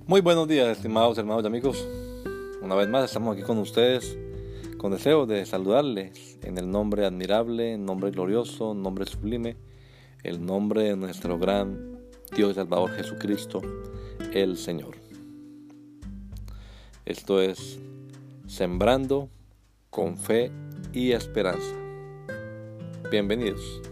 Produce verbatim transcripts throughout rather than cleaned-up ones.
Muy buenos días, estimados hermanos y amigos. Una vez más estamos aquí con ustedes con deseo de saludarles en el nombre admirable, nombre glorioso, nombre sublime, el nombre de nuestro gran Dios y Salvador Jesucristo, el Señor. Esto es Sembrando con Fe y Esperanza. Bienvenidos.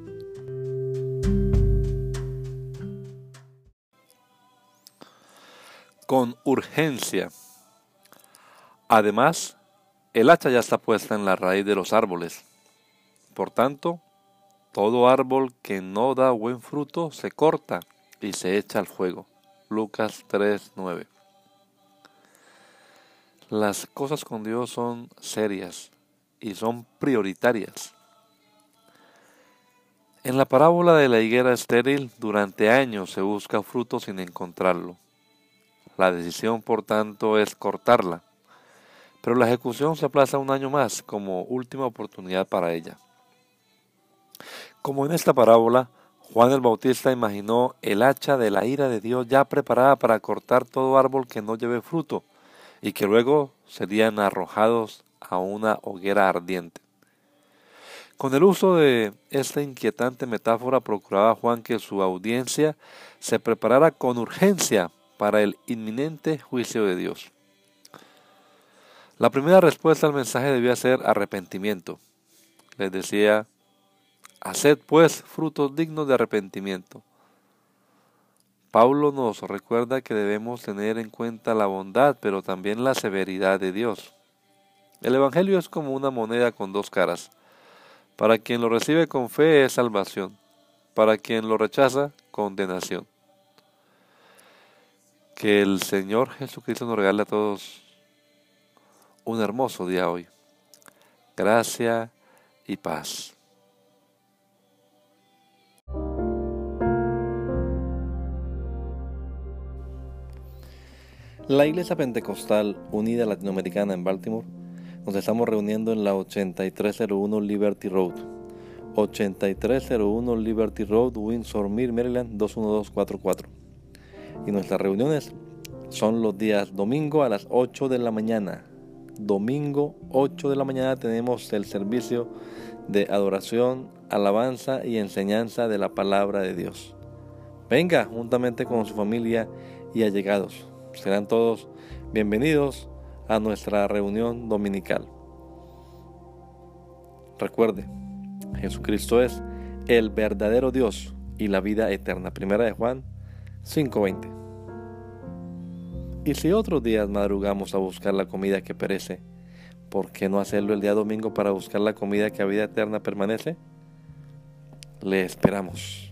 Con urgencia. Además, el hacha ya está puesta en la raíz de los árboles. Por tanto, todo árbol que no da buen fruto se corta y se echa al fuego. Lucas tres nueve. Las cosas con Dios son serias y son prioritarias. En la parábola de la higuera estéril, durante años se busca fruto sin encontrarlo. La decisión, por tanto, es cortarla, pero la ejecución se aplaza un año más como última oportunidad para ella. Como en esta parábola, Juan el Bautista imaginó el hacha de la ira de Dios ya preparada para cortar todo árbol que no lleve fruto y que luego serían arrojados a una hoguera ardiente. Con el uso de esta inquietante metáfora procuraba Juan que su audiencia se preparara con urgencia para el inminente juicio de Dios. La primera respuesta al mensaje debía ser arrepentimiento. Les decía, haced pues frutos dignos de arrepentimiento. Pablo nos recuerda que debemos tener en cuenta la bondad, pero también la severidad de Dios. El Evangelio es como una moneda con dos caras. Para quien lo recibe con fe es salvación, para quien lo rechaza, condenación. Que el Señor Jesucristo nos regale a todos un hermoso día hoy. Gracia y paz. La Iglesia Pentecostal Unida Latinoamericana en Baltimore nos estamos reuniendo en la ochenta y tres cero uno Liberty Road, ochenta y tres cero uno Liberty Road, Windsor Mill, Maryland dos uno dos cuatro cuatro. Y nuestras reuniones son los días domingo a las ocho de la mañana. Domingo ocho de la mañana tenemos el servicio de adoración, alabanza y enseñanza de la palabra de Dios. Venga juntamente con su familia y allegados. Serán todos bienvenidos a nuestra reunión dominical. Recuerde, Jesucristo es el verdadero Dios y la vida eterna. Primera de Juan cinco veinte. Y si otros días madrugamos a buscar la comida que perece, ¿por qué no hacerlo el día domingo para buscar la comida que a vida eterna permanece? Le esperamos.